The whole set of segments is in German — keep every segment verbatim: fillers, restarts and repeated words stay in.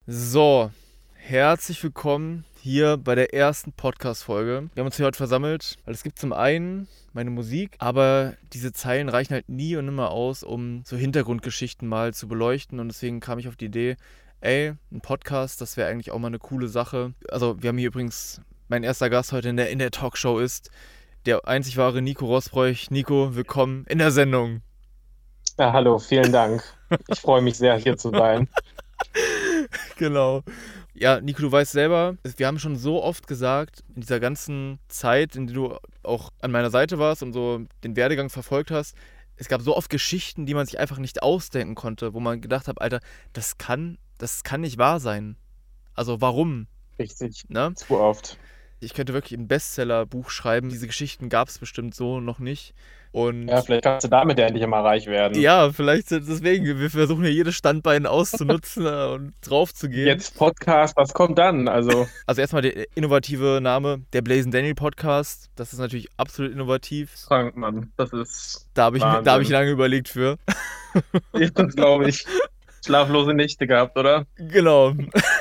So, herzlich willkommen hier bei der ersten Podcast-Folge. Wir haben uns hier heute versammelt, weil es gibt zum einen meine Musik, aber diese Zeilen reichen halt nie und nimmer aus, um so Hintergrundgeschichten mal zu beleuchten, und deswegen kam ich auf die Idee, ey, ein Podcast, das wäre eigentlich auch mal eine coole Sache. Also wir haben hier übrigens, mein erster Gast heute in der, in der Talkshow ist der einzig wahre Nico Rosbroich. Nico, willkommen in der Sendung. Ja, hallo, vielen Dank. Ich freue mich sehr, hier zu sein. Genau. Ja, Nico, du weißt selber, wir haben schon so oft gesagt, in dieser ganzen Zeit, in der du auch an meiner Seite warst und so den Werdegang verfolgt hast, es gab so oft Geschichten, die man sich einfach nicht ausdenken konnte, wo man gedacht hat, Alter, das kann, das kann nicht wahr sein. Also warum? Richtig, Ne? zu oft. Ich könnte wirklich ein Bestsellerbuch schreiben. Diese Geschichten gab es bestimmt so noch nicht. Und Ja, vielleicht kannst du damit ja endlich mal reich werden. ja, vielleicht deswegen. Wir versuchen hier jedes Standbein auszunutzen und drauf zu gehen. Jetzt Podcast, was kommt dann? Also, Also erstmal der innovative Name, der Blazing Daniel Podcast. Das ist natürlich absolut innovativ. Frank, Mann, das ist Da habe ich, da Wahnsinn. hab ich lange überlegt für. Das glaube ich. Schlaflose Nächte gehabt, oder? Genau.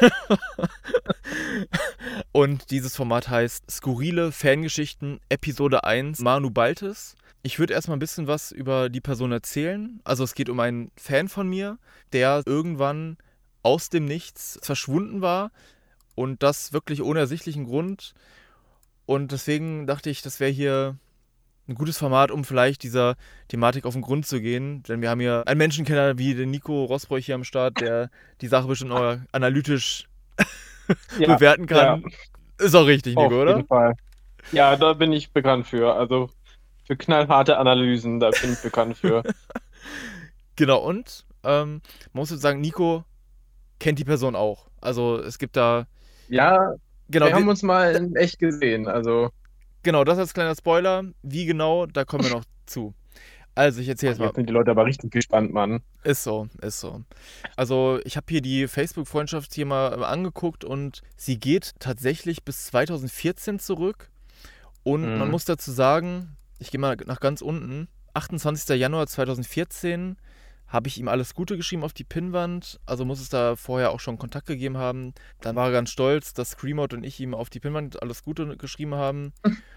Und dieses Format heißt Skurrile Fangeschichten Episode eins, Manu Baltes. Ich würde erstmal ein bisschen was über die Person erzählen. Also es geht um einen Fan von mir, der irgendwann aus dem Nichts verschwunden war, und das wirklich ohne ersichtlichen Grund. Und deswegen dachte ich, das wäre hier ein gutes Format, um vielleicht dieser Thematik auf den Grund zu gehen. Denn wir haben hier einen Menschenkenner wie den Nico Rosbroich hier am Start, der die Sache bestimmt noch analytisch Ja, bewerten kann. Ist auch richtig, auf Nico, jeden oder? Fall. Ja, da bin ich bekannt für. Also für knallharte Analysen, da bin ich bekannt für. Genau, und ähm, man muss jetzt sagen, Nico kennt die Person auch. Also es gibt da... Ja, Genau, wir haben wir, uns mal in echt gesehen. Also, genau, das als kleiner Spoiler. Wie genau, da kommen wir noch zu. Also ich erzähle jetzt mal. jetzt sind die Leute aber richtig gespannt, Mann. Ist so, ist so. Also ich habe hier die Facebook-Freundschaft hier mal angeguckt, und sie geht tatsächlich bis zweitausendvierzehn zurück. Und man Mhm. muss dazu sagen, ich gehe mal nach ganz unten, achtundzwanzigster Januar zweitausendvierzehn habe ich ihm alles Gute geschrieben auf die Pinnwand. Also muss es da vorher auch schon Kontakt gegeben haben. Dann war er ganz stolz, dass Screamout und ich ihm auf die Pinnwand alles Gute geschrieben haben.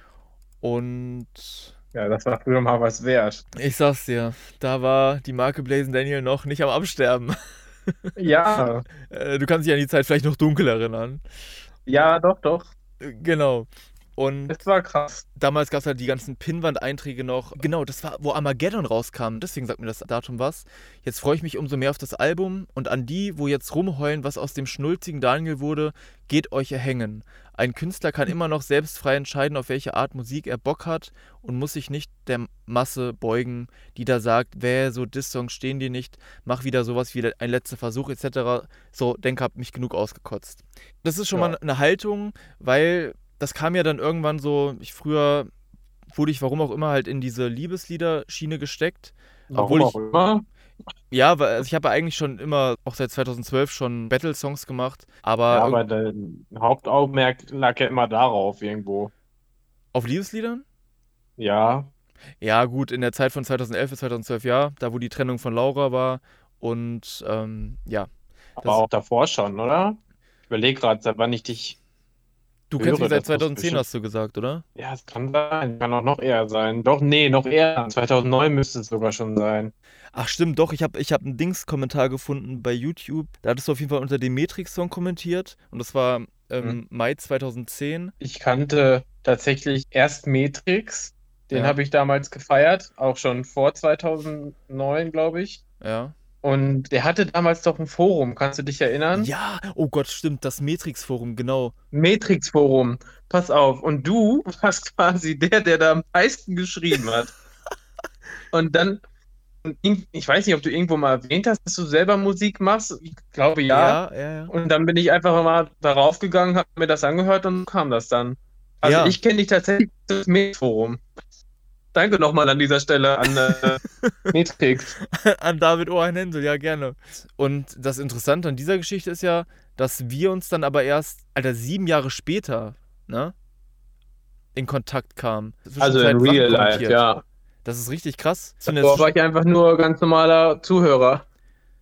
Und Ja, das war früher mal was wert. ich sag's dir, da war die Marke Blazing Daniel noch nicht am Absterben. Ja, Äh, Du kannst dich an die Zeit vielleicht noch dunkel erinnern. ja, doch, doch. Äh, Genau. Und Es war krass. damals gab es halt die ganzen Pinnwand-Einträge noch. Genau, das war, wo Armageddon rauskam. Deswegen sagt mir das Datum was. Jetzt freue ich mich umso mehr auf das Album. Und an die, wo jetzt rumheulen, was aus dem schnulzigen Daniel wurde, geht euch erhängen. Ein Künstler kann immer noch selbst frei entscheiden, auf welche Art Musik er Bock hat, und muss sich nicht der Masse beugen, die da sagt, wer so Diss-Songs stehen dir nicht, mach wieder sowas wie ein letzter Versuch et cetera. So, denke, hab mich genug ausgekotzt. Das ist schon Ja. mal eine Haltung, weil das kam ja dann irgendwann so, ich früher wurde ich, warum auch immer, halt in diese Liebeslieder-Schiene gesteckt. Obwohl Warum ich, auch immer. ja, weil also ich habe ja eigentlich schon immer, auch seit zweitausendzwölf, schon Battle-Songs gemacht, aber Ja, irg- aber der Hauptaugenmerk lag ja immer darauf irgendwo. auf Liebesliedern? Ja, Ja, gut, in der Zeit von zweitausendelf bis zweitausendzwölf, ja, da wo die Trennung von Laura war, und ähm, ja, aber das, auch davor schon, oder? Ich überlege gerade, seit wann ich dich du kennst mich höre. seit Das muss zweitausendzehn, bestimmt. hast du gesagt, oder? Ja, es kann sein. Kann auch noch eher sein. Doch, nee, noch eher. zweitausendneun müsste es sogar schon sein. Ach stimmt, doch, ich habe ich hab einen Dings-Kommentar gefunden bei YouTube, da hattest du auf jeden Fall unter dem Matrix-Song kommentiert, und das war Hm. ähm, Mai zweitausendzehn. Ich kannte tatsächlich erst Matrix. Den Ja, habe ich damals gefeiert. Auch schon vor zweitausendneun, glaube ich. ja. Und der hatte damals doch ein Forum. Kannst du dich erinnern? Ja, oh Gott, stimmt, das Matrix-Forum, genau. Matrix-Forum. Pass auf. Und du warst quasi der, der da am meisten geschrieben hat. Und dann, und irg- ich weiß nicht, ob du irgendwo mal erwähnt hast, dass du selber Musik machst. Ich glaube ja. Ja, ja, ja. Und dann bin ich einfach mal darauf gegangen, habe mir das angehört und so kam das dann. Also Ja, ich kenne dich tatsächlich das Matrix-Forum. Danke nochmal an dieser Stelle an äh, Matrix. an David Ohrhensel, ja, gerne. Und das Interessante an dieser Geschichte ist ja, dass wir uns dann aber erst, Alter, sieben Jahre später, ne, in Kontakt kamen. Also in Zwischenzeit Sachen real life, kommentiert. ja. Das ist richtig krass. So eine Davor war ich einfach nur ganz normaler Zuhörer.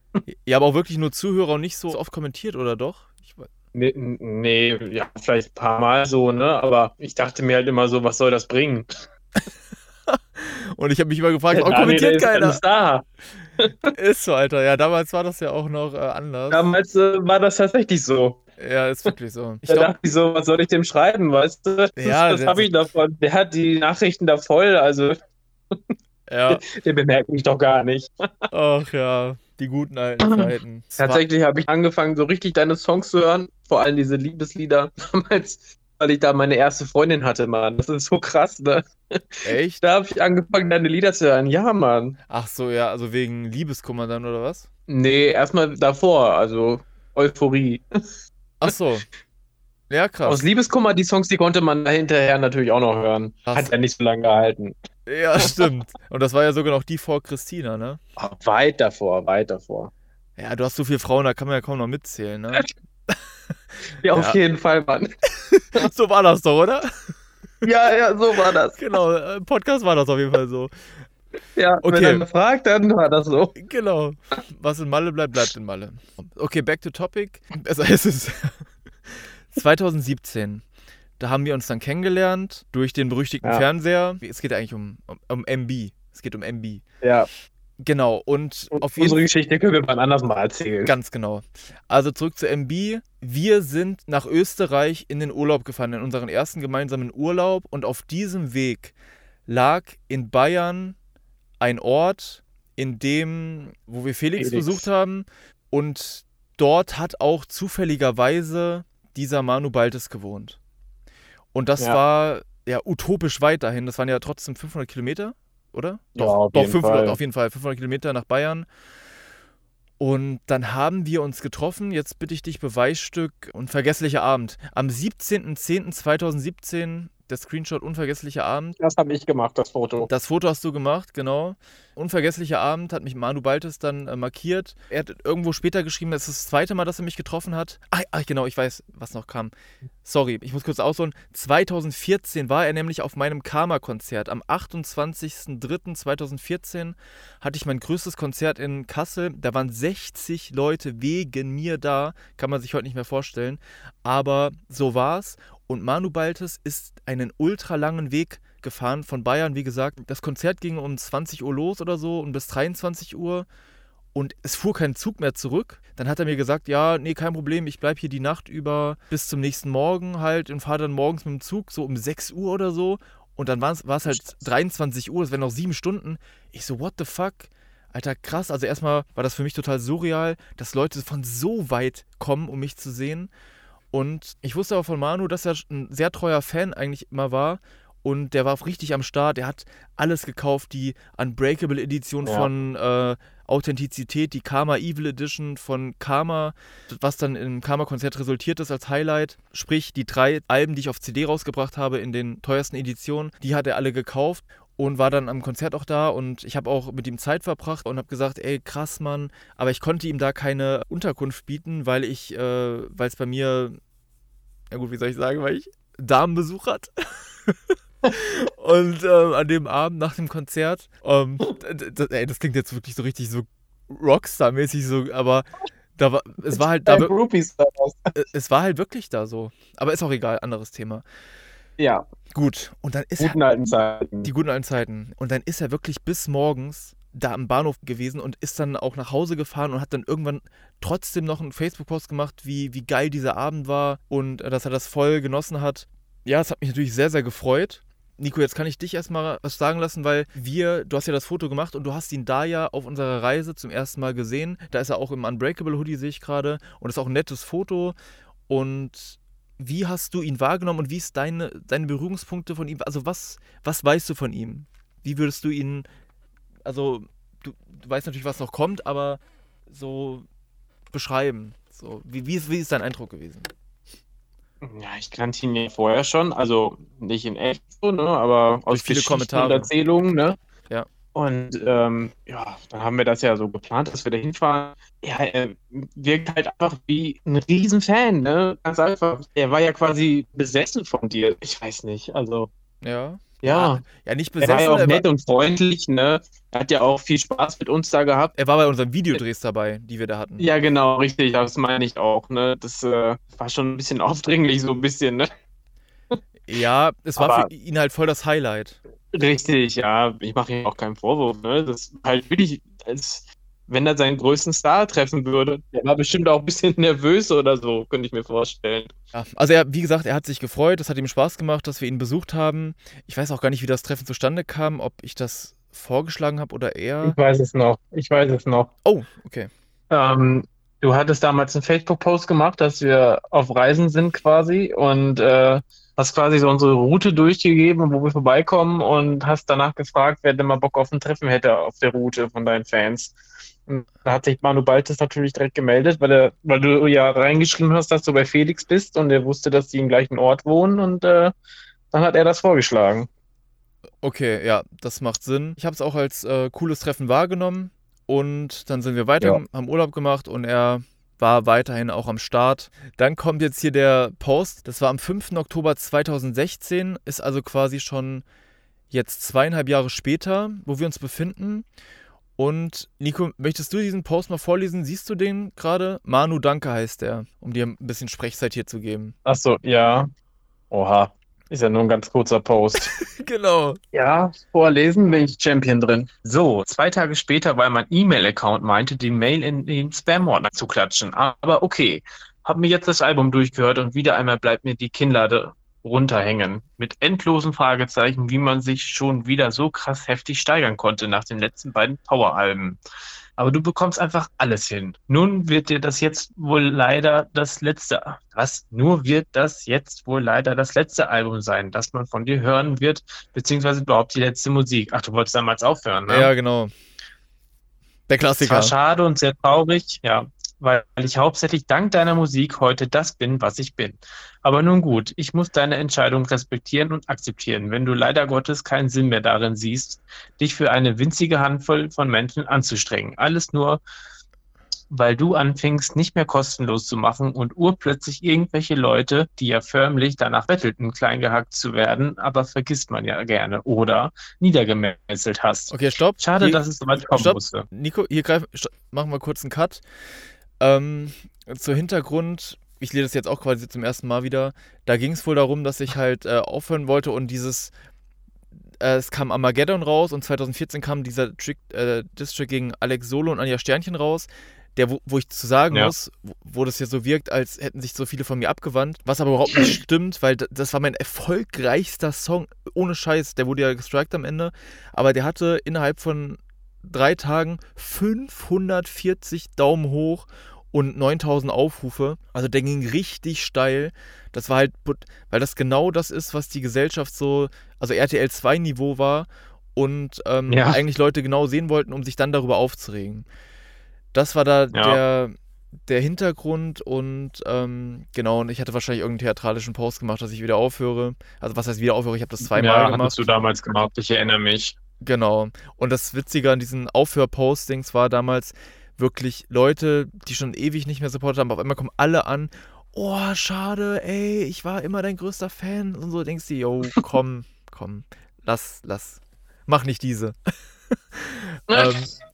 Ja, aber auch wirklich nur Zuhörer und nicht so oft kommentiert, oder doch? Ich, we- Nee, nee, ja, vielleicht ein paar Mal so, ne? Aber ich dachte mir halt immer so, was soll das bringen? und ich habe mich immer gefragt, Der warum Daniel, der kommentiert ist ja ein keiner? Star. Ist so, Alter. Ja, damals war das ja auch noch äh, anders. Damals äh, war das tatsächlich so. Ja, ist wirklich so. Ich Da glaube, dachte ich so, was soll ich dem schreiben, weißt du? Das, ja, was das, habe ich davon? Der hat die Nachrichten da voll, also ja, der bemerkt mich doch gar nicht. ach ja, die guten alten Zeiten. Es war, Tatsächlich habe ich angefangen, so richtig deine Songs zu hören, vor allem diese Liebeslieder, damals, weil ich da meine erste Freundin hatte, Mann. Das ist so krass, ne? echt? Da habe ich angefangen, deine Lieder zu hören. Ja, Mann. Ach so, ja, also wegen Liebeskummer dann, oder was? Nee, erstmal davor, also Euphorie. Ach so, ja, Aus krass. Liebeskummer, die Songs, die konnte man hinterher natürlich auch noch hören. Krass. Hat ja nicht so lange gehalten. Ja, stimmt. Und das war ja sogar noch die vor Christina, ne? Ah, weit davor, weit davor. Ja, du hast so viele Frauen, da kann man ja kaum noch mitzählen, ne? Ja, auf Ja. jeden Fall, Mann. So war das doch, oder? Ja, ja, so war das. Genau, äh, im Podcast war das auf jeden Fall so. Ja, Okay. wenn er fragt, dann war das so. Genau. Was in Malle bleibt, bleibt in Malle. Okay, back to topic. Besser ist es. zwanzig siebzehn. Da haben wir uns dann kennengelernt durch den berüchtigten Ja. Fernseher. Es geht eigentlich um, um, um M B. Es geht um M B. Ja, Genau. Und und auf jeden unsere Geschichte können wir mal anders mal erzählen. Ganz genau. Also zurück zu M B. Wir sind nach Österreich in den Urlaub gefahren, in unseren ersten gemeinsamen Urlaub. Und auf diesem Weg lag in Bayern ein Ort, in dem, wo wir Felix, Felix. besucht haben. Und dort hat auch zufälligerweise dieser Manu Baltes gewohnt. Und das Ja. war ja utopisch weit dahin. Das waren ja trotzdem fünfhundert Kilometer, oder? Ja, Doch, auf doch jeden fünfhundert, Fall. auf jeden Fall. fünfhundert Kilometer nach Bayern. Und dann haben wir uns getroffen. Jetzt bitte ich dich, Beweisstück Unvergesslicher Abend. Am siebzehnten zehnten zweitausendsiebzehn, der Screenshot Unvergesslicher Abend. Das habe ich gemacht, das Foto. Das Foto hast du gemacht, genau. Unvergesslicher Abend hat mich Manu Baltes dann äh, markiert. Er hat irgendwo später geschrieben, das ist das zweite Mal, dass er mich getroffen hat. Ach, ach genau, ich weiß, was noch kam. Sorry, ich muss kurz ausholen. zweitausendvierzehn war er nämlich auf meinem Karma-Konzert. Am achtundzwanzigsten dritten zweitausendvierzehn hatte ich mein größtes Konzert in Kassel. Da waren sechzig Leute wegen mir da. Kann man sich heute nicht mehr vorstellen. Aber so war's. Und Manu Baltes ist einen ultralangen Weg gefahren von Bayern, wie gesagt. Das Konzert ging um zwanzig Uhr los oder so und bis dreiundzwanzig Uhr. Und es fuhr kein Zug mehr zurück. Dann hat er mir gesagt, ja, nee, kein Problem, ich bleibe hier die Nacht über bis zum nächsten Morgen halt und fahre dann morgens mit dem Zug so um sechs Uhr oder so. Und dann war es halt dreiundzwanzig Uhr, es wären noch sieben Stunden. Ich so, what the fuck? Alter, krass. Also erstmal war das für mich total surreal, dass Leute von so weit kommen, um mich zu sehen. Und ich wusste aber von Manu, dass er ein sehr treuer Fan eigentlich immer war. Und der war auch richtig am Start. Der hat alles gekauft. Die Unbreakable Edition Ja. von äh, Authentizität, die Karma Evil Edition von Karma, was dann im Karma-Konzert resultiert ist als Highlight. Sprich, die drei Alben, die ich auf C D rausgebracht habe in den teuersten Editionen, die hat er alle gekauft. Und war dann am Konzert auch da und ich habe auch mit ihm Zeit verbracht und habe gesagt, ey, krass, Mann. Aber ich konnte ihm da keine Unterkunft bieten, weil ich, äh, weil es bei mir, ja gut, wie soll ich sagen, weil ich Damenbesuch hatte. Und äh, an dem Abend nach dem Konzert, ähm, d- d- ey, das klingt jetzt wirklich so richtig so Rockstar-mäßig so, aber da war, es war halt, da, Bei wir- Groupies war das. es war halt wirklich da so. Aber ist auch egal, anderes Thema. Ja, Gut, und dann ist er, guten alten Zeiten. die guten alten Zeiten. Und dann ist er wirklich bis morgens da am Bahnhof gewesen und ist dann auch nach Hause gefahren und hat dann irgendwann trotzdem noch einen Facebook-Post gemacht, wie, wie geil dieser Abend war und äh, dass er das voll genossen hat. Ja, es hat mich natürlich sehr, sehr gefreut. Nico, jetzt kann ich dich erstmal was sagen lassen, weil wir, du hast ja das Foto gemacht und du hast ihn da ja auf unserer Reise zum ersten Mal gesehen. Da ist er auch im Unbreakable Hoodie, sehe ich gerade. Und ist auch ein nettes Foto. Und wie hast du ihn wahrgenommen und wie ist deine, deine Berührungspunkte von ihm? Also was, was weißt du von ihm? Wie würdest du ihn, also du, du weißt natürlich, was noch kommt, aber so beschreiben. So, wie, wie, ist, wie ist dein Eindruck gewesen? Ja, ich kannte ihn ja vorher schon, also nicht in echt so, ne, aber aus Durch viele Geschichten Kommentare. und Erzählungen, ne? Ja. Und ähm, ja, dann haben wir das ja so geplant, dass wir da hinfahren. Ja, er wirkt halt einfach wie ein Riesenfan, ne? Ganz einfach. Er war ja quasi besessen von dir. Ich weiß nicht, also Ja. ja, Ja, ja nicht er war ja besessen, auch er war, nett und freundlich, ne? Er hat ja auch viel Spaß mit uns da gehabt. er war bei unseren Videodrehs dabei, die wir da hatten. Ja, genau, richtig, das meine ich auch, ne? Das äh, war schon ein bisschen aufdringlich, so ein bisschen, ne? Ja, es war für Aber ihn halt voll das Highlight. richtig, ja, ich mache ihm auch keinen Vorwurf, ne? Das war halt wirklich, als wenn er seinen größten Star treffen würde. Der war bestimmt auch ein bisschen nervös oder so, könnte ich mir vorstellen. Ja, also er, wie gesagt, er hat sich gefreut, es hat ihm Spaß gemacht, dass wir ihn besucht haben. Ich weiß auch gar nicht, wie das Treffen zustande kam, ob ich das vorgeschlagen habe oder er. Ich weiß es noch, ich weiß es noch. Oh, okay. Ähm, du hattest damals einen Facebook-Post gemacht, dass wir auf Reisen sind quasi und äh, hast quasi so unsere Route durchgegeben, wo wir vorbeikommen und hast danach gefragt, wer denn mal Bock auf ein Treffen hätte auf der Route von deinen Fans. Und da hat sich Manu Baltes natürlich direkt gemeldet, weil er, weil du ja reingeschrieben hast, dass du bei Felix bist und er wusste, dass die im gleichen Ort wohnen und äh, dann hat er das vorgeschlagen. Okay, ja, das macht Sinn. Ich habe es auch als äh, cooles Treffen wahrgenommen und dann sind wir weiter, Ja. haben Urlaub gemacht und er war weiterhin auch am Start. Dann kommt jetzt hier der Post, das war am fünften Oktober zweitausendsechzehn, ist also quasi schon jetzt zweieinhalb Jahre später, wo wir uns befinden. Und Nico, möchtest du diesen Post mal vorlesen? Siehst du den gerade? Manu Danke heißt der, um dir ein bisschen Sprechzeit hier zu geben. Ach so, ja. Oha. Ist ja nur ein ganz kurzer Post. Genau. Ja, vorlesen bin ich Champion drin. So, zwei Tage später, weil mein E-Mail-Account meinte, die Mail in den Spam-Ordner zu klatschen. Aber okay, hab mir jetzt das Album durchgehört und wieder einmal bleibt mir die Kinnlade runterhängen. Mit endlosen Fragezeichen, wie man sich schon wieder so krass heftig steigern konnte nach den letzten beiden Power-Alben. Aber du bekommst einfach alles hin. Nun wird dir das jetzt wohl leider das letzte, was? Nur wird das jetzt wohl leider das letzte Album sein, das man von dir hören wird, beziehungsweise überhaupt die letzte Musik. Ach, du wolltest damals aufhören, ne? Ja, genau. Der Zwar Klassiker. schade und sehr traurig, ja, weil ich hauptsächlich dank deiner Musik heute das bin, was ich bin. Aber nun gut, ich muss deine Entscheidung respektieren und akzeptieren, wenn du leider Gottes keinen Sinn mehr darin siehst, dich für eine winzige Handvoll von Menschen anzustrengen. Alles nur, weil du anfingst, nicht mehr kostenlos zu machen und urplötzlich irgendwelche Leute, die ja förmlich danach bettelten, kleingehackt zu werden, aber vergisst man ja gerne, oder niedergemesselt hast. Okay, stopp. Schade, Hier- dass es so weit kommen Stopp. musste. Nico, hier greifen, st- machen wir kurz einen Cut. Ähm, zu Hintergrund, ich lese das jetzt auch quasi zum ersten Mal wieder. Da ging es wohl darum, dass ich halt äh, aufhören wollte und dieses, äh, es kam Armageddon raus und zweitausendvierzehn kam dieser Trick, äh, Diss-Track gegen Alex Solo und Anja Sternchen raus. Der, wo, wo ich zu sagen Ja. muss, wo, wo das ja so wirkt, als hätten sich so viele von mir abgewandt, was aber überhaupt nicht stimmt, weil d- das war mein erfolgreichster Song, ohne Scheiß, der wurde ja gestrikt am Ende, aber der hatte innerhalb von drei Tagen fünfhundertvierzig Daumen hoch und neuntausend Aufrufe, also der ging richtig steil, das war halt, but- weil das genau das ist, was die Gesellschaft so, also R T L zwei Niveau war und ähm, Ja. eigentlich Leute genau sehen wollten, um sich dann darüber aufzuregen. Das war da Ja. der, der Hintergrund und ähm, genau, und ich hatte wahrscheinlich irgendeinen theatralischen Post gemacht, dass ich wieder aufhöre. Also was heißt wieder aufhöre? Ich habe das zweimal Ja, gemacht. hattest du damals gemacht, ich erinnere mich. Genau. Und das Witzige an diesen Aufhör-Postings war damals wirklich Leute, die schon ewig nicht mehr supportet haben, auf einmal kommen alle an, oh, schade, ey, ich war immer dein größter Fan und so, denkst du, yo, komm, komm, lass, lass, mach nicht diese. ähm,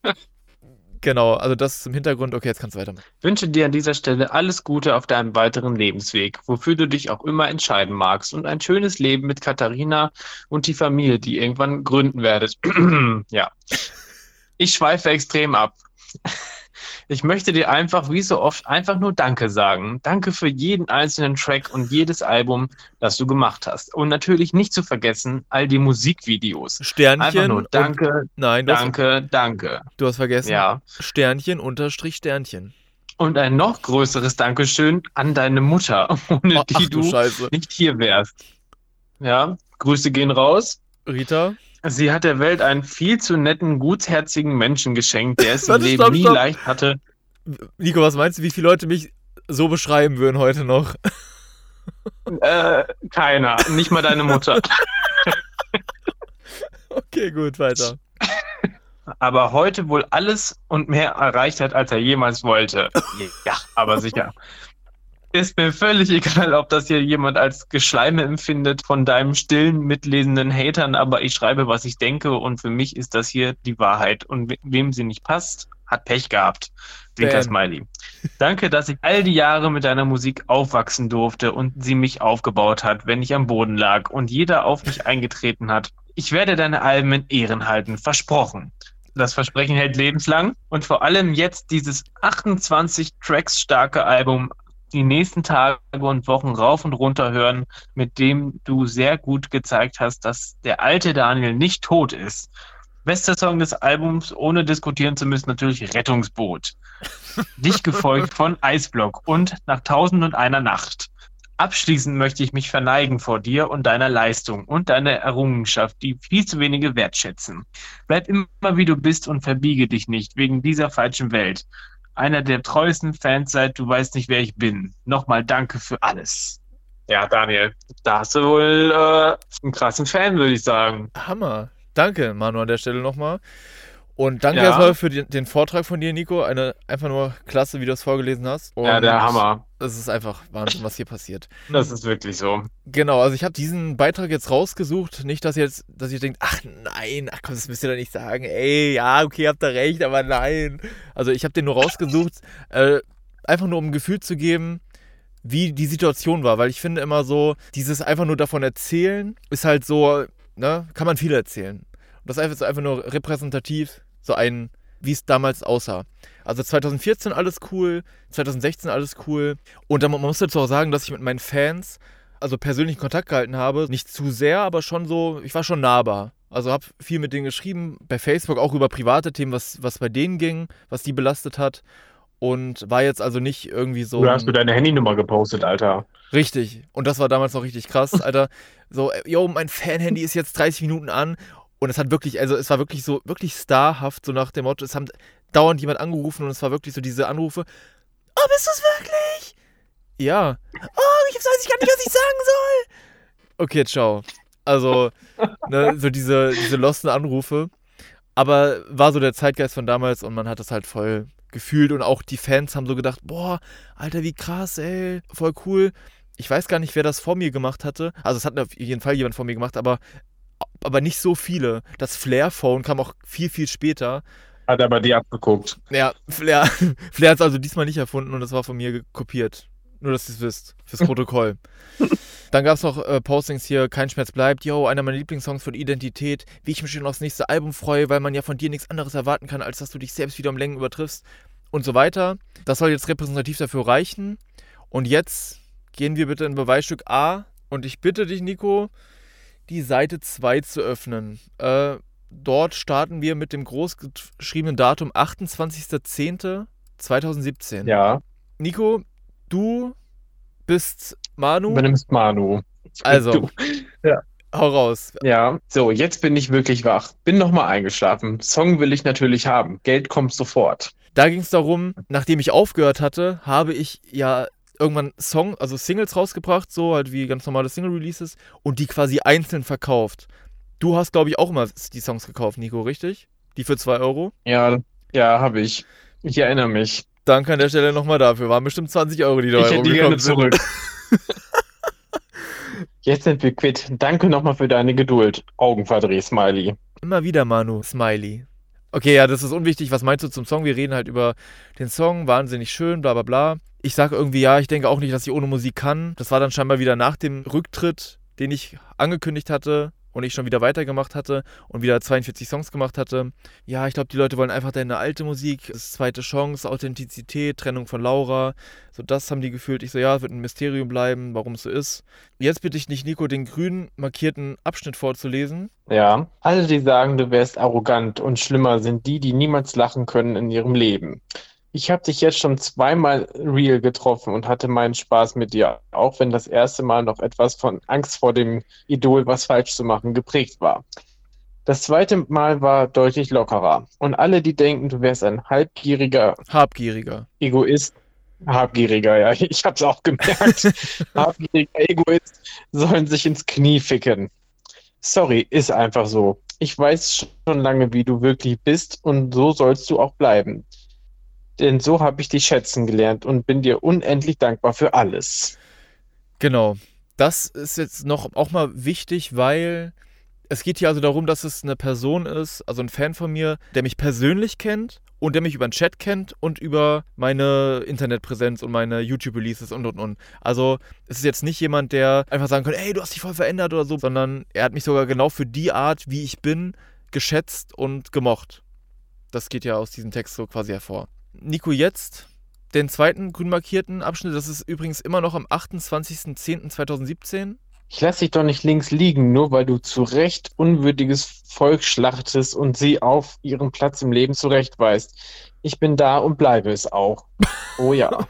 genau, also das zum Hintergrund, okay, jetzt kannst du weitermachen. Wünsche dir an dieser Stelle alles Gute auf deinem weiteren Lebensweg, wofür du dich auch immer entscheiden magst und ein schönes Leben mit Katharina und die Familie, die ihr irgendwann gründen werdet. Ja. Ich schweife extrem ab. Ich möchte dir einfach, wie so oft, einfach nur Danke sagen. Danke für jeden einzelnen Track und jedes Album, das du gemacht hast. Und natürlich nicht zu vergessen, all die Musikvideos. Sternchen. Einfach nur und- Danke, Nein, du hast, danke, danke. du hast vergessen. Ja. Sternchen unterstrich Sternchen. Und ein noch größeres Dankeschön an deine Mutter, ohne Oh, die ach du du Scheiße. nicht hier wärst. Ja, Grüße gehen raus. Rita? Sie hat der Welt einen viel zu netten, gutherzigen Menschen geschenkt, der es im Warte, Leben stopp, nie stopp. leicht hatte. Nico, was meinst du, wie viele Leute mich so beschreiben würden heute noch? Äh, keiner, nicht mal deine Mutter. Okay, gut, weiter. Aber heute wohl alles und mehr erreicht hat, als er jemals wollte. Ja, aber sicher. Ist mir völlig egal, ob das hier jemand als Geschleime empfindet von deinem stillen, mitlesenden Hatern, aber ich schreibe, was ich denke und für mich ist das hier die Wahrheit. Und we- wem sie nicht passt, hat Pech gehabt. Zwinker Bam. Smiley. Danke, dass ich all die Jahre mit deiner Musik aufwachsen durfte und sie mich aufgebaut hat, wenn ich am Boden lag und jeder auf mich eingetreten hat. Ich werde deine Alben in Ehren halten, versprochen. Das Versprechen hält lebenslang und vor allem jetzt dieses achtundzwanzig Tracks starke Album die nächsten Tage und Wochen rauf und runter hören, mit dem du sehr gut gezeigt hast, dass der alte Daniel nicht tot ist. Bester Song des Albums, ohne diskutieren zu müssen, natürlich Rettungsboot. Dich gefolgt von Eisblock und Nach Tausend und einer Nacht. Abschließend möchte ich mich verneigen vor dir und deiner Leistung und deiner Errungenschaft, die viel zu wenige wertschätzen. Bleib immer wie du bist und verbiege dich nicht wegen dieser falschen Welt. Einer der treuesten Fans seit Du weißt nicht, wer ich bin. Nochmal danke für alles. Ja, Daniel, da hast du wohl äh, einen krassen Fan, würde ich sagen. Hammer. Danke, Manu, an der Stelle nochmal. Und danke Ja. erstmal für den, den Vortrag von dir, Nico. Eine einfach nur klasse, wie du das vorgelesen hast. Und Ja, der Hammer. Es ist einfach Wahnsinn, was hier passiert. Das ist wirklich so. Genau, also ich habe diesen Beitrag jetzt rausgesucht. Nicht, dass ihr jetzt, dass ihr denkt, ach nein, ach komm, das müsst ihr doch nicht sagen. Ey, ja, okay, habt ihr recht, aber nein. Also ich habe den nur rausgesucht, äh, einfach nur um ein Gefühl zu geben, wie die Situation war. Weil ich finde immer so, dieses einfach nur davon erzählen, ist halt so, ne, kann man viel erzählen. Und das ist einfach nur repräsentativ, so ein, wie es damals aussah. Also zwanzig vierzehn alles cool, zwanzig sechzehn alles cool. Und dann, man muss dazu auch sagen, dass ich mit meinen Fans also persönlichen Kontakt gehalten habe. Nicht zu sehr, aber schon so, ich war schon nahbar. Also habe viel mit denen geschrieben, bei Facebook auch über private Themen, was, was bei denen ging, was die belastet hat. Und war jetzt also nicht irgendwie so... Du hast mir deine Handynummer gepostet, Alter. Richtig. Und das war damals noch richtig krass, Alter. So, yo, mein Fan-Handy ist jetzt dreißig Minuten an. Und es hat wirklich, also es war wirklich so, wirklich starhaft, so nach dem Motto, es haben dauernd jemand angerufen und es war wirklich so diese Anrufe. Oh, bist du es wirklich? Ja. Oh, ich weiß gar nicht, was ich sagen soll. Okay, ciao. Also, ne, so diese, diese losten Anrufe. Aber war so der Zeitgeist von damals und man hat das halt voll gefühlt und auch die Fans haben so gedacht, boah, Alter, wie krass, ey, voll cool. Ich weiß gar nicht, wer das vor mir gemacht hatte. Also es hat auf jeden Fall jemand vor mir gemacht, aber aber nicht so viele. Das Flair-Phone kam auch viel, viel später. Hat aber die abgeguckt. Ja, Flair, Flair hat es also diesmal nicht erfunden und das war von mir kopiert. Nur, dass ihr es wisst. Fürs Protokoll. Dann gab es noch äh, Postings hier, Kein Schmerz bleibt. Yo, einer meiner Lieblingssongs von Identität. Wie ich mich schon aufs nächste Album freue, weil man ja von dir nichts anderes erwarten kann, als dass du dich selbst wieder um Längen übertriffst. Und so weiter. Das soll jetzt repräsentativ dafür reichen. Und jetzt gehen wir bitte in Beweisstück A. Und ich bitte dich, Nico, die Seite zwei zu öffnen. Äh, dort starten wir mit dem großgeschriebenen Datum achtundzwanzigster zehnter zweitausendsiebzehn. Ja. Nico, du bist Manu. Du benimmst Manu. Also, Du. Ja. hau raus. Ja, so, jetzt bin ich wirklich wach. Bin nochmal eingeschlafen. Song will ich natürlich haben. Geld kommt sofort. Da ging es darum, nachdem ich aufgehört hatte, habe ich ja irgendwann Song, also Singles rausgebracht, so halt wie ganz normale Single-Releases und die quasi einzeln verkauft. Du hast, glaube ich, auch immer die Songs gekauft, Nico, richtig? Die für zwei Euro? Ja, ja, habe ich. Ich erinnere mich. Danke an der Stelle nochmal dafür. Waren bestimmt zwanzig Euro, die da Ich hätte die gerne rumgekommen sind. zurück. Jetzt sind wir quitt. Danke nochmal für deine Geduld. Augenverdreh-Smiley. Immer wieder, Manu. Smiley. Okay, ja, das ist unwichtig. Was meinst du zum Song? Wir reden halt über den Song. Wahnsinnig schön, bla bla bla. Ich sage irgendwie, ja, ich denke auch nicht, dass ich ohne Musik kann. Das war dann scheinbar wieder nach dem Rücktritt, den ich angekündigt hatte und ich schon wieder weitergemacht hatte und wieder zweiundvierzig Songs gemacht hatte. Ja, ich glaube, die Leute wollen einfach deine alte Musik. Das ist zweite Chance, Authentizität, Trennung von Laura. So, das haben die gefühlt. Ich so, ja, es wird ein Mysterium bleiben, warum es so ist. Jetzt bitte ich dich, Nico, den grün markierten Abschnitt vorzulesen. Ja. Alle, die sagen, du wärst arrogant und schlimmer, sind die, die niemals lachen können in ihrem Leben. Ich habe dich jetzt schon zweimal real getroffen und hatte meinen Spaß mit dir, auch wenn das erste Mal noch etwas von Angst vor dem Idol, was falsch zu machen, geprägt war. Das zweite Mal war deutlich lockerer. Und alle, die denken, du wärst ein halbgieriger Habgieriger. Egoist, habgieriger, ja, ich hab's auch gemerkt, habgieriger Egoist, sollen sich ins Knie ficken. Sorry, ist einfach so. Ich weiß schon lange, wie du wirklich bist und so sollst du auch bleiben. Denn so habe ich dich schätzen gelernt und bin dir unendlich dankbar für alles. Genau. Das ist jetzt noch auch mal wichtig, weil es geht hier also darum, dass es eine Person ist, also ein Fan von mir, der mich persönlich kennt und der mich über den Chat kennt und über meine Internetpräsenz und meine YouTube-Releases und und und. Also es ist jetzt nicht jemand, der einfach sagen kann, ey, du hast dich voll verändert oder so, sondern er hat mich sogar genau für die Art, wie ich bin, geschätzt und gemocht. Das geht ja aus diesem Text so quasi hervor. Nico, jetzt den zweiten grün markierten Abschnitt, das ist übrigens immer noch am achtundzwanzigsten zehnten zweitausendsiebzehn. Ich lasse dich doch nicht links liegen, nur weil du zu Recht unwürdiges Volk schlachtest und sie auf ihren Platz im Leben zurechtweist. Ich bin da und bleibe es auch. Oh ja.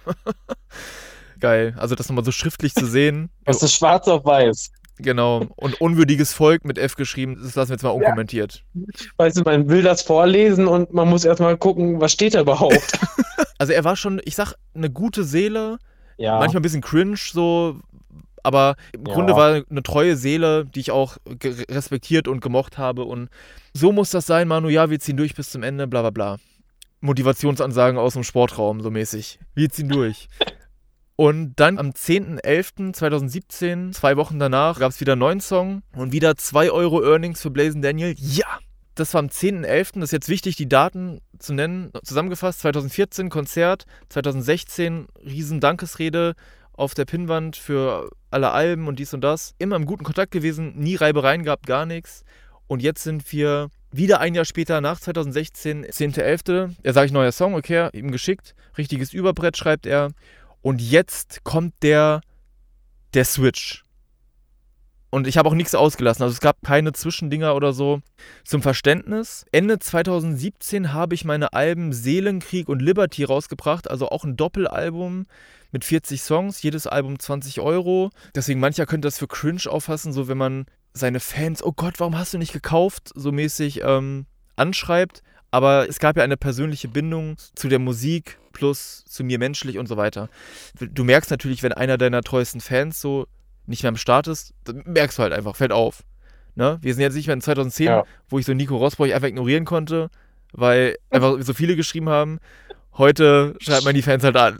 Geil, also das nochmal so schriftlich zu sehen. Das ist schwarz auf weiß. Genau, und unwürdiges Volk mit F geschrieben, das lassen wir jetzt mal unkommentiert. Ja. Weißt du, man will das vorlesen und man muss erstmal gucken, was steht da überhaupt. Also er war schon, ich sag, eine gute Seele, ja. Manchmal ein bisschen cringe so, aber im ja. Grunde war eine treue Seele, die ich auch respektiert und gemocht habe und so muss das sein, Manu, ja, wir ziehen durch bis zum Ende, bla bla bla. Motivationsansagen aus dem Sportraum, so mäßig. Wir ziehen durch. Und dann am zehnten elften zweitausendsiebzehn, zwei Wochen danach, gab es wieder einen neuen Song und wieder zwei Euro Earnings für Blazing Daniel. Ja! Das war am zehnten elften, das ist jetzt wichtig, die Daten zu nennen. Zusammengefasst, zweitausendvierzehn Konzert, zweitausendsechzehn Riesen-Dankesrede auf der Pinnwand für alle Alben und dies und das. Immer im guten Kontakt gewesen, nie Reibereien gehabt, gar nichts. Und jetzt sind wir wieder ein Jahr später, nach zweitausendsechzehn, zehnten elften Er sage ich, neuer Song, okay, ihm geschickt. Richtiges Überbrett, schreibt er. Und jetzt kommt der, der Switch. Und ich habe auch nichts ausgelassen, also es gab keine Zwischendinger oder so. Zum Verständnis, Ende zweitausendsiebzehn habe ich meine Alben Seelenkrieg und Liberty rausgebracht, also auch ein Doppelalbum mit vierzig Songs, jedes Album zwanzig Euro. Deswegen mancher könnte das für cringe auffassen, so wenn man seine Fans, oh Gott, warum hast du nicht gekauft, so mäßig ähm, anschreibt. Aber es gab ja eine persönliche Bindung zu der Musik plus zu mir menschlich und so weiter. Du merkst natürlich, wenn einer deiner treuesten Fans so nicht mehr am Start ist, dann merkst du halt einfach, fällt auf. Ne? Wir sind jetzt nicht mehr in zweitausendzehn, ja. wo ich so Nico Rosbroch einfach ignorieren konnte, weil einfach so viele geschrieben haben. Heute schreibt man die Fans halt an.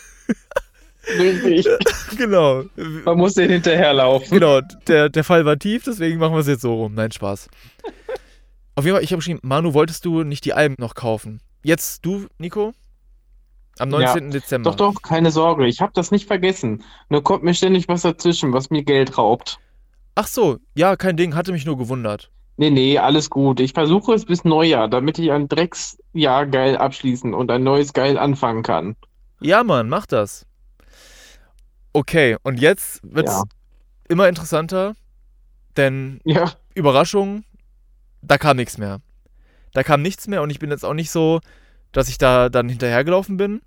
Richtig. Genau. Man muss denen hinterherlaufen. Genau, der, der Fall war tief, deswegen machen wir es jetzt so rum. Nein, Spaß. Auf jeden Fall, ich habe geschrieben, Manu, wolltest du nicht die Alben noch kaufen? Jetzt du, Nico? Am neunzehnten Dezember. Doch, doch, keine Sorge. Ich habe das nicht vergessen. Nur kommt mir ständig was dazwischen, was mir Geld raubt. Ach so, ja, kein Ding. Hatte mich nur gewundert. Nee, nee, alles gut. Ich versuche es bis Neujahr, damit ich ein Drecksjahr geil abschließen und ein neues geil anfangen kann. Ja, Mann, mach das. Okay, und jetzt wird's ja. immer interessanter, denn ja. Überraschung, da kam nichts mehr. Da kam nichts mehr und ich bin jetzt auch nicht so, dass ich da dann hinterhergelaufen bin.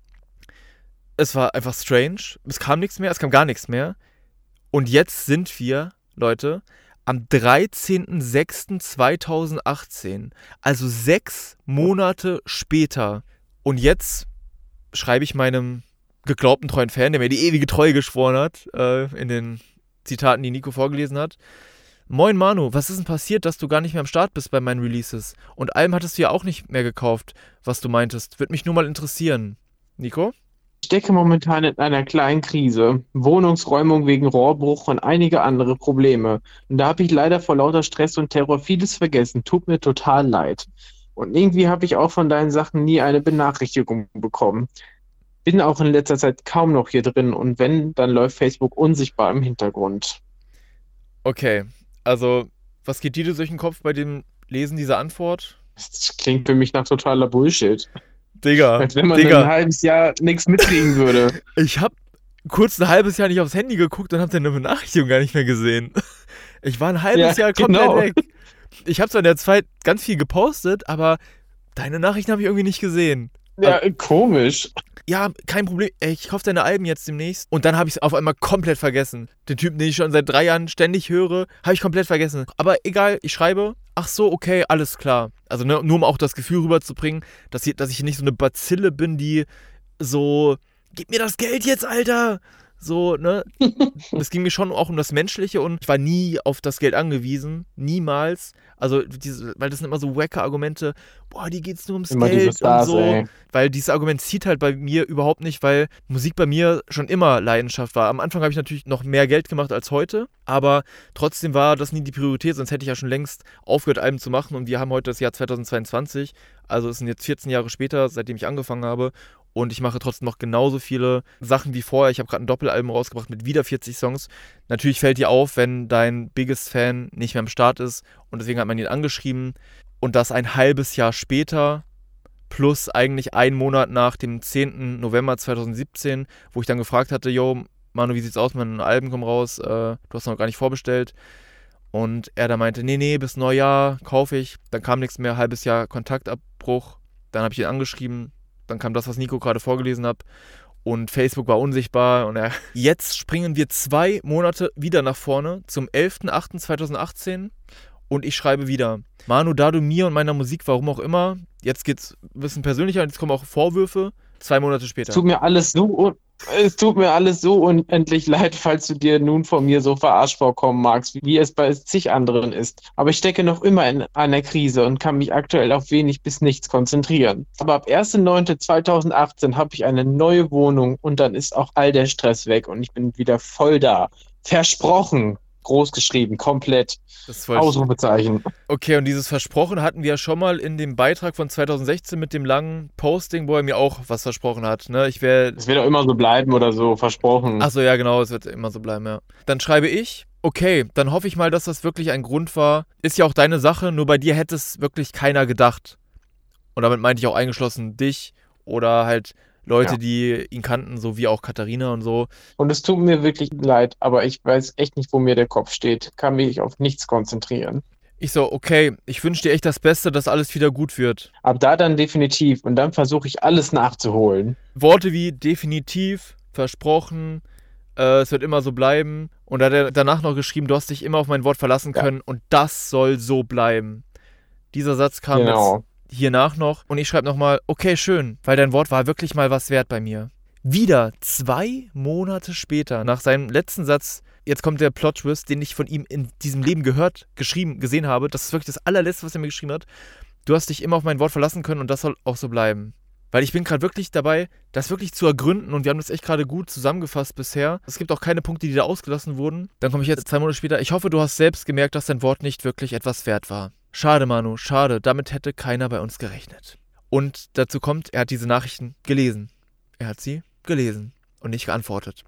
Es war einfach strange. Es kam nichts mehr, es kam gar nichts mehr. Und jetzt sind wir, Leute, am dreizehnten sechsten zweitausendachtzehn. Also sechs Monate später. Und jetzt schreibe ich meinem geglaubten treuen Fan, der mir die ewige Treue geschworen hat, äh, in den Zitaten, die Nico vorgelesen hat. Moin Manu, was ist denn passiert, dass du gar nicht mehr am Start bist bei meinen Releases? Und Alben hattest du ja auch nicht mehr gekauft, was du meintest. Würde mich nur mal interessieren. Nico? Ich stecke momentan in einer kleinen Krise. Wohnungsräumung wegen Rohrbruch und einige andere Probleme. Und da habe ich leider vor lauter Stress und Terror vieles vergessen. Tut mir total leid. Und irgendwie habe ich auch von deinen Sachen nie eine Benachrichtigung bekommen. Bin auch in letzter Zeit kaum noch hier drin. Und wenn, dann läuft Facebook unsichtbar im Hintergrund. Okay. Also, was geht dir durch den Kopf bei dem Lesen dieser Antwort? Das klingt für mich nach totaler Bullshit. Digga, als wenn man Digga. ein halbes Jahr nichts mitkriegen würde. Ich hab kurz ein halbes Jahr nicht aufs Handy geguckt und hab deine Benachrichtigung gar nicht mehr gesehen. Ich war ein halbes ja, Jahr komplett genau. weg. Ich habe zwar in der Zeit ganz viel gepostet, aber deine Nachrichten habe ich irgendwie nicht gesehen. Ja, also, komisch. Ja, kein Problem. Ich kaufe deine Alben jetzt demnächst. Und dann habe ich es auf einmal komplett vergessen. Den Typen, den ich schon seit drei Jahren ständig höre, habe ich komplett vergessen. Aber egal, ich schreibe, ach so, okay, alles klar. Also ne, nur um auch das Gefühl rüberzubringen, dass ich, dass ich nicht so eine Bazille bin, die so, gib mir das Geld jetzt, Alter. So, ne? Es ging mir schon auch um das Menschliche und ich war nie auf das Geld angewiesen. Niemals. Also, diese, weil das sind immer so wacke Argumente. Boah, die geht's nur ums Immer diese Geld Stars, und so. ey. Weil dieses Argument zieht halt bei mir überhaupt nicht, weil Musik bei mir schon immer Leidenschaft war. Am Anfang habe ich natürlich noch mehr Geld gemacht als heute, aber trotzdem war das nie die Priorität, sonst hätte ich ja schon längst aufgehört, Alben zu machen und wir haben heute das Jahr zweitausendzweiundzwanzig. Also es sind jetzt vierzehn Jahre später, seitdem ich angefangen habe. Und ich mache trotzdem noch genauso viele Sachen wie vorher. Ich habe gerade ein Doppelalbum rausgebracht mit wieder vierzig Songs. Natürlich fällt dir auf, wenn dein Biggest Fan nicht mehr am Start ist. Und deswegen hat man ihn angeschrieben. Und das ein halbes Jahr später, plus eigentlich einen Monat nach dem zehnten November zweitausendsiebzehn, wo ich dann gefragt hatte, yo, Manu, wie sieht's aus? Mein Album kommt raus. Äh, du hast noch gar nicht vorbestellt. Und er da meinte, nee, nee, bis Neujahr kaufe ich. Dann kam nichts mehr, halbes Jahr Kontaktabbruch. Dann habe ich ihn angeschrieben. Dann kam das, was Nico gerade vorgelesen hat. Und Facebook war unsichtbar. Und er jetzt springen wir zwei Monate wieder nach vorne zum elften achten zweitausendachtzehn. Und ich schreibe wieder, Manu, da du mir und meiner Musik, warum auch immer, jetzt geht's ein bisschen persönlicher und jetzt kommen auch Vorwürfe. Zwei Monate später. Es tut mir alles so, un- es tut mir alles so unendlich leid, falls du dir nun von mir so verarscht vorkommen magst, wie es bei zig anderen ist. Aber ich stecke noch immer in einer Krise und kann mich aktuell auf wenig bis nichts konzentrieren. Aber ab ersten neunten zweitausendachtzehn habe ich eine neue Wohnung und dann ist auch all der Stress weg und ich bin wieder voll da. Versprochen. Groß geschrieben, komplett. Das ist voll Ausrufezeichen. Okay, und dieses Versprochen hatten wir ja schon mal in dem Beitrag von zweitausendsechzehn mit dem langen Posting, wo er mir auch was versprochen hat. Ne? Ich wär, Es wird auch immer so bleiben oder so, versprochen. Achso, ja genau, es wird immer so bleiben, ja. Dann schreibe ich, okay, dann hoffe ich mal, dass das wirklich ein Grund war. Ist ja auch deine Sache, nur bei dir hätte es wirklich keiner gedacht. Und damit meinte ich auch eingeschlossen dich oder halt Leute, Ja. die ihn kannten, so wie auch Katharina und so. Und es tut mir wirklich leid, aber ich weiß echt nicht, wo mir der Kopf steht. Kann mich auf nichts konzentrieren. Ich so, okay, ich wünsche dir echt das Beste, dass alles wieder gut wird. Ab da dann definitiv. Und dann versuche ich alles nachzuholen. Worte wie definitiv, versprochen, äh, es wird immer so bleiben. Und da hat er danach noch geschrieben, du hast dich immer auf mein Wort verlassen Ja. können und das soll so bleiben. Dieser Satz kam Genau. jetzt hiernach noch und ich schreibe nochmal, okay, schön, weil dein Wort war wirklich mal was wert bei mir. Wieder zwei Monate später, nach seinem letzten Satz, jetzt kommt der Plot-Twist, den ich von ihm in diesem Leben gehört, geschrieben, gesehen habe. Das ist wirklich das allerletzte, was er mir geschrieben hat. Du hast dich immer auf mein Wort verlassen können und das soll auch so bleiben. Weil ich bin gerade wirklich dabei, das wirklich zu ergründen und wir haben das echt gerade gut zusammengefasst bisher. Es gibt auch keine Punkte, die da ausgelassen wurden. Dann komme ich jetzt zwei Monate später. Ich hoffe, du hast selbst gemerkt, dass dein Wort nicht wirklich etwas wert war. Schade, Manu, schade. Damit hätte keiner bei uns gerechnet. Und dazu kommt, er hat diese Nachrichten gelesen. Er hat sie gelesen und nicht geantwortet.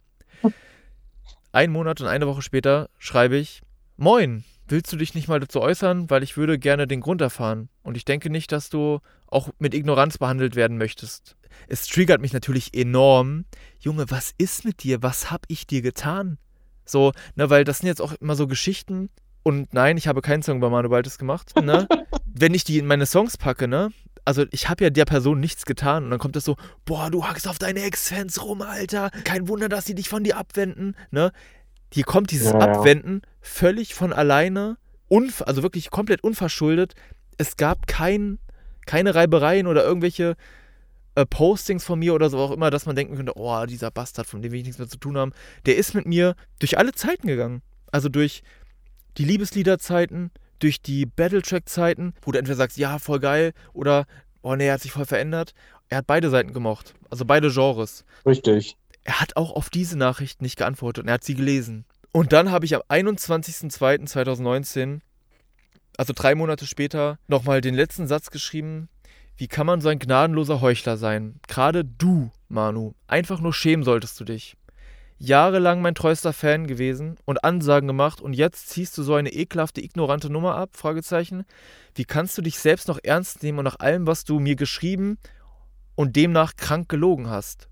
Ein Monat und eine Woche später schreibe ich, Moin, willst du dich nicht mal dazu äußern, weil ich würde gerne den Grund erfahren. Und ich denke nicht, dass du auch mit Ignoranz behandelt werden möchtest. Es triggert mich natürlich enorm. Junge, was ist mit dir? Was hab ich dir getan? So, ne, weil das sind jetzt auch immer so Geschichten. Und nein, ich habe keinen Song bei Manu Baltes gemacht, ne? Wenn ich die in meine Songs packe, ne? Also ich habe ja der Person nichts getan und dann kommt das so, boah, du hackst auf deine Ex-Fans rum, Alter. Kein Wunder, dass sie dich von dir abwenden, ne? Hier kommt dieses Ja, ja. Abwenden völlig von alleine, unv- also wirklich komplett unverschuldet. Es gab kein, keine Reibereien oder irgendwelche äh, Postings von mir oder so auch immer, dass man denken könnte, oh, dieser Bastard, von dem will ich nichts mehr zu tun haben. Der ist mit mir durch alle Zeiten gegangen. Also durch die Liebesliederzeiten, durch die Battletrack-Zeiten, wo du entweder sagst, ja, voll geil, oder, oh nee, er hat sich voll verändert. Er hat beide Seiten gemocht, also beide Genres. Richtig. Er hat auch auf diese Nachricht nicht geantwortet und er hat sie gelesen. Und dann habe ich am einundzwanzigsten zweiten zweitausendneunzehn, also drei Monate später, nochmal den letzten Satz geschrieben. Wie kann man so ein gnadenloser Heuchler sein? Gerade du, Manu. Einfach nur schämen solltest du dich. Jahrelang mein treuester Fan gewesen und Ansagen gemacht und jetzt ziehst du so eine ekelhafte, ignorante Nummer ab? Fragezeichen. Wie kannst du dich selbst noch ernst nehmen und nach allem, was du mir geschrieben und demnach krank gelogen hast?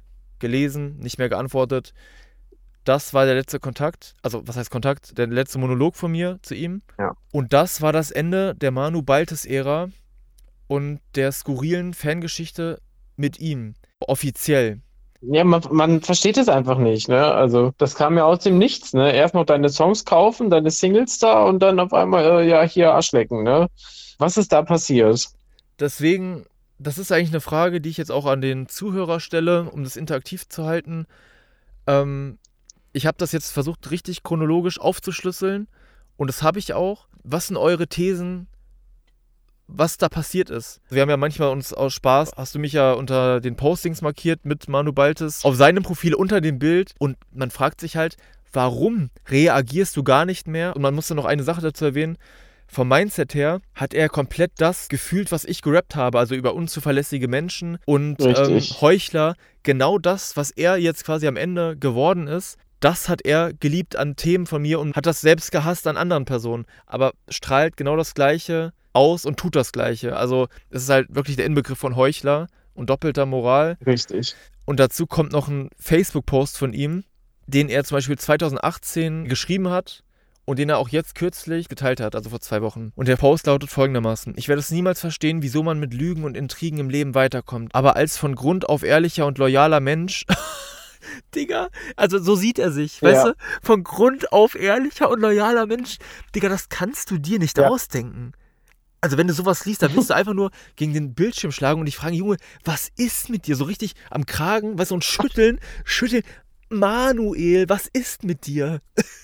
Gelesen, nicht mehr geantwortet. Das war der letzte Kontakt, also was heißt Kontakt? Der letzte Monolog von mir zu ihm. Ja. Und das war das Ende der Manu Baltes-Ära und der skurrilen Fangeschichte mit ihm. Offiziell. Ja, man, man versteht es einfach nicht, ne? Also, das kam ja aus dem Nichts, ne? Erst noch deine Songs kaufen, deine Singles da und dann auf einmal, äh, ja, hier Arschlecken, ne? Was ist da passiert? Deswegen, das ist eigentlich eine Frage, die ich jetzt auch an den Zuhörer stelle, um das interaktiv zu halten. Ähm, ich habe das jetzt versucht, richtig chronologisch aufzuschlüsseln und das habe ich auch. Was sind eure Thesen, was da passiert ist? Wir haben ja manchmal uns aus Spaß, hast du mich ja unter den Postings markiert mit Manu Baltes auf seinem Profil unter dem Bild und man fragt sich halt, warum reagierst du gar nicht mehr? Und man muss dann noch eine Sache dazu erwähnen, vom Mindset her hat er komplett das gefühlt, was ich gerappt habe, also über unzuverlässige Menschen und ähm, Heuchler. Genau das, was er jetzt quasi am Ende geworden ist, das hat er geliebt an Themen von mir und hat das selbst gehasst an anderen Personen. Aber strahlt genau das Gleiche aus und tut das Gleiche. Also es ist halt wirklich der Inbegriff von Heuchler und doppelter Moral. Richtig. Und dazu kommt noch ein Facebook-Post von ihm, den er zum Beispiel zweitausendachtzehn geschrieben hat und den er auch jetzt kürzlich geteilt hat, also vor zwei Wochen. Und der Post lautet folgendermaßen: Ich werde es niemals verstehen, wieso man mit Lügen und Intrigen im Leben weiterkommt. Aber als von Grund auf ehrlicher und loyaler Mensch... Digga, also so sieht er sich, ja. Weißt du? Von Grund auf ehrlicher und loyaler Mensch. Digga, das kannst du dir nicht ja. ausdenken. Also wenn du sowas liest, dann willst du einfach nur gegen den Bildschirm schlagen und dich fragen, Junge, was ist mit dir? So richtig am Kragen, weißt du, und schütteln, schütteln. Manuel, was ist mit dir?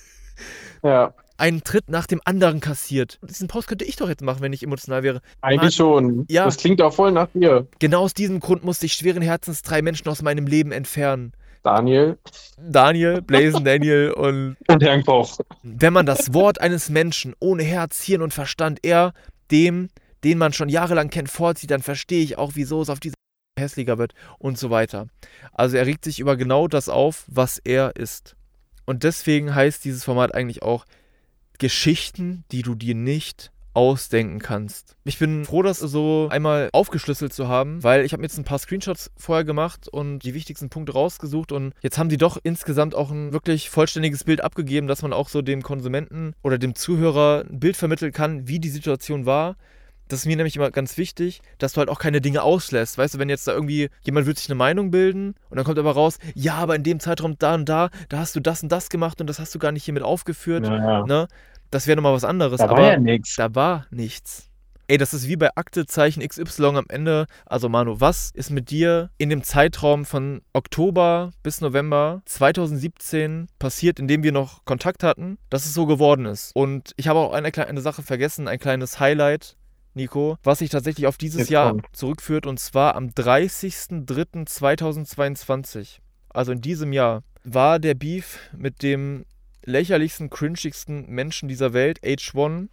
Ja. Einen Tritt nach dem anderen kassiert. Diesen Post könnte ich doch jetzt machen, wenn ich emotional wäre. Eigentlich Man, schon. Ja. Das klingt auch voll nach dir. Genau aus diesem Grund musste ich schweren Herzens drei Menschen aus meinem Leben entfernen. Daniel. Daniel, Blazen Daniel und... Und Herrn Koch. Wenn man das Wort eines Menschen ohne Herz, Hirn und Verstand eher dem, den man schon jahrelang kennt, vorzieht, dann verstehe ich auch, wieso es auf diese hässlicher wird und so weiter. Also er regt sich über genau das auf, was er ist. Und deswegen heißt dieses Format eigentlich auch Geschichten, die du dir nicht ausdenken kannst. Ich bin froh, das so einmal aufgeschlüsselt zu haben, weil ich habe mir jetzt ein paar Screenshots vorher gemacht und die wichtigsten Punkte rausgesucht und jetzt haben die doch insgesamt auch ein wirklich vollständiges Bild abgegeben, dass man auch so dem Konsumenten oder dem Zuhörer ein Bild vermitteln kann, wie die Situation war. Das ist mir nämlich immer ganz wichtig, dass du halt auch keine Dinge auslässt. Weißt du, wenn jetzt da irgendwie, jemand wird sich eine Meinung bilden und dann kommt aber raus, ja, aber in dem Zeitraum da und da, da hast du das und das gemacht und das hast du gar nicht hier mit aufgeführt. Ja, ja. Ne? Das wäre nochmal was anderes. Da aber war ja nichts. Da war nichts. Ey, das ist wie bei Aktezeichen X Y am Ende. Also Manu, was ist mit dir in dem Zeitraum von Oktober bis November zweitausendsiebzehn passiert, in dem wir noch Kontakt hatten, dass es so geworden ist? Und ich habe auch eine, eine Sache vergessen, ein kleines Highlight, Nico, was sich tatsächlich auf dieses Jetzt Jahr kommt. zurückführt, und zwar am dreißigsten dritten zweitausendzweiundzwanzig, also in diesem Jahr, war der Beef mit dem lächerlichsten, cringigsten Menschen dieser Welt, H eins,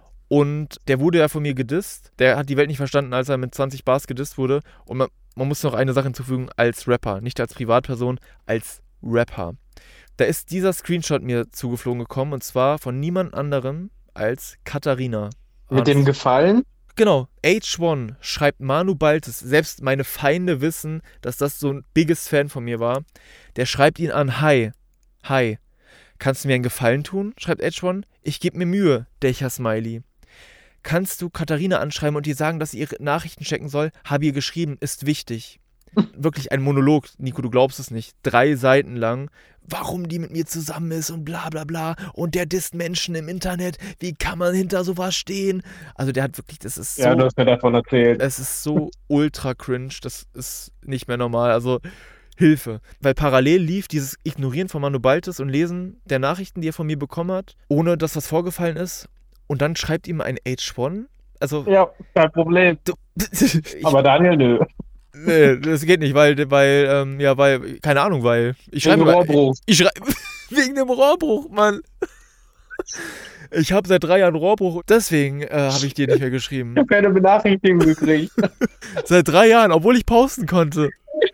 und der wurde ja von mir gedisst. Der hat die Welt nicht verstanden, als er mit zwanzig Bars gedisst wurde. Und man, man muss noch eine Sache hinzufügen, als Rapper, nicht als Privatperson, als Rapper. Da ist dieser Screenshot mir zugeflogen gekommen, und zwar von niemand anderem als Katharina. Mit dem Gefallen? Genau, H eins schreibt Manu Baltes, selbst meine Feinde wissen, dass das so ein biggest Fan von mir war. Der schreibt ihn an, hi, hi, kannst du mir einen Gefallen tun? Schreibt H eins, ich gebe mir Mühe, Dächer-Smiley. Kannst du Katharina anschreiben und ihr sagen, dass sie ihre Nachrichten checken soll? Habe ihr geschrieben, ist wichtig. Wirklich ein Monolog, Nico, du glaubst es nicht. Drei Seiten lang, warum die mit mir zusammen ist und bla bla bla. Und der disst Menschen im Internet. Wie kann man hinter sowas stehen? Also der hat wirklich, das ist so... Ja, du hast mir davon erzählt. Es ist so ultra cringe, das ist nicht mehr normal. Also Hilfe. Weil parallel lief dieses Ignorieren von Manu Baltes und Lesen der Nachrichten, die er von mir bekommen hat, ohne dass was vorgefallen ist. Und dann schreibt ihm ein H eins. Also... Ja, kein Problem. Du, ich, Aber Daniel, nö. Nee, das geht nicht, weil, weil, ähm, ja, weil, keine Ahnung, weil, ich schreibe... Wegen dem Rohrbruch. Ich schreibe, wegen dem Rohrbruch, Mann. Ich habe seit drei Jahren Rohrbruch, deswegen äh, habe ich dir nicht mehr geschrieben. Ich habe keine Benachrichtigung gekriegt. Seit drei Jahren, obwohl ich posten konnte.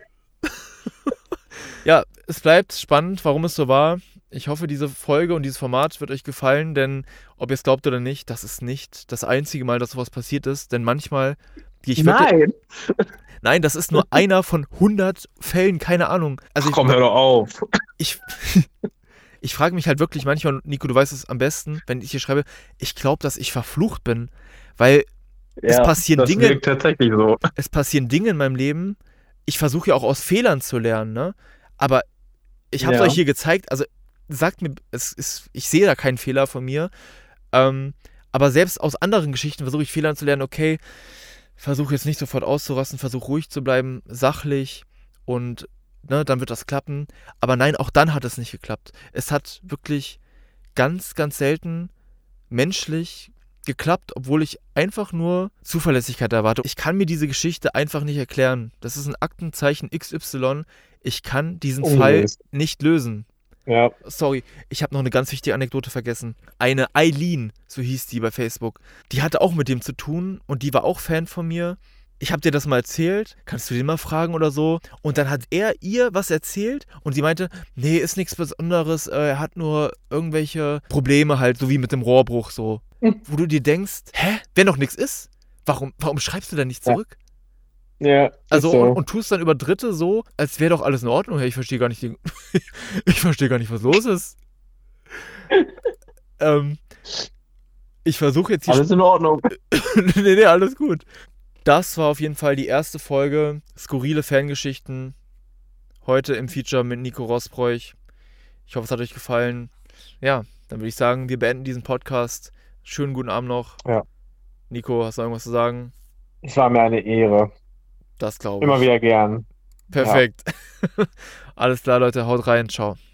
Ja, es bleibt spannend, warum es so war. Ich hoffe, diese Folge und dieses Format wird euch gefallen, denn ob ihr es glaubt oder nicht, das ist nicht das einzige Mal, dass sowas passiert ist, denn manchmal... Ich Nein! Nein, das ist nur einer von hundert Fällen, keine Ahnung. Also Ach, komm, ich, hör doch auf. Ich, ich frage mich halt wirklich manchmal, Nico, du weißt es am besten, wenn ich hier schreibe, ich glaube, dass ich verflucht bin, weil ja, es passieren das Dinge. Wirkt tatsächlich so. Es passieren Dinge in meinem Leben. Ich versuche ja auch aus Fehlern zu lernen, ne? Aber ich habe es ja. euch hier gezeigt, also sagt mir, es ist, ich sehe da keinen Fehler von mir, ähm, aber selbst aus anderen Geschichten versuche ich Fehlern zu lernen, okay, versuche jetzt nicht sofort auszurasten, versuche ruhig zu bleiben, sachlich und ne, dann wird das klappen. Aber nein, auch dann hat es nicht geklappt. Es hat wirklich ganz, ganz selten menschlich geklappt, obwohl ich einfach nur Zuverlässigkeit erwarte. Ich kann mir diese Geschichte einfach nicht erklären. Das ist ein Aktenzeichen X Y. Ich kann diesen Ungelöst. Fall nicht lösen. Ja. Sorry, ich habe noch eine ganz wichtige Anekdote vergessen. Eine Eileen, so hieß die bei Facebook, die hatte auch mit dem zu tun und die war auch Fan von mir. Ich habe dir das mal erzählt, kannst du den mal fragen oder so? Und dann hat er ihr was erzählt und sie meinte, nee, ist nichts Besonderes, äh, er hat nur irgendwelche Probleme halt, so wie mit dem Rohrbruch so. Hm. Wo du dir denkst, hä, wenn doch nichts ist, warum, warum schreibst du dann nicht zurück? Ja, ist Also so. und, und tust dann über Dritte so, als wäre doch alles in Ordnung. Hey, ich verstehe gar nicht, die, ich verstehe gar nicht, was los ist. ähm, ich versuche jetzt hier. Alles in Ordnung. nee, nee, alles gut. Das war auf jeden Fall die erste Folge Skurrile Fangeschichten. Heute im Feature mit Nico Rosbroich. Ich hoffe, es hat euch gefallen. Ja, dann würde ich sagen, wir beenden diesen Podcast. Schönen guten Abend noch. Ja. Nico, hast du irgendwas zu sagen? Es war mir eine Ehre. Das glaube ich. Immer wieder gern. Perfekt. Ja. Alles klar, Leute, haut rein. Ciao.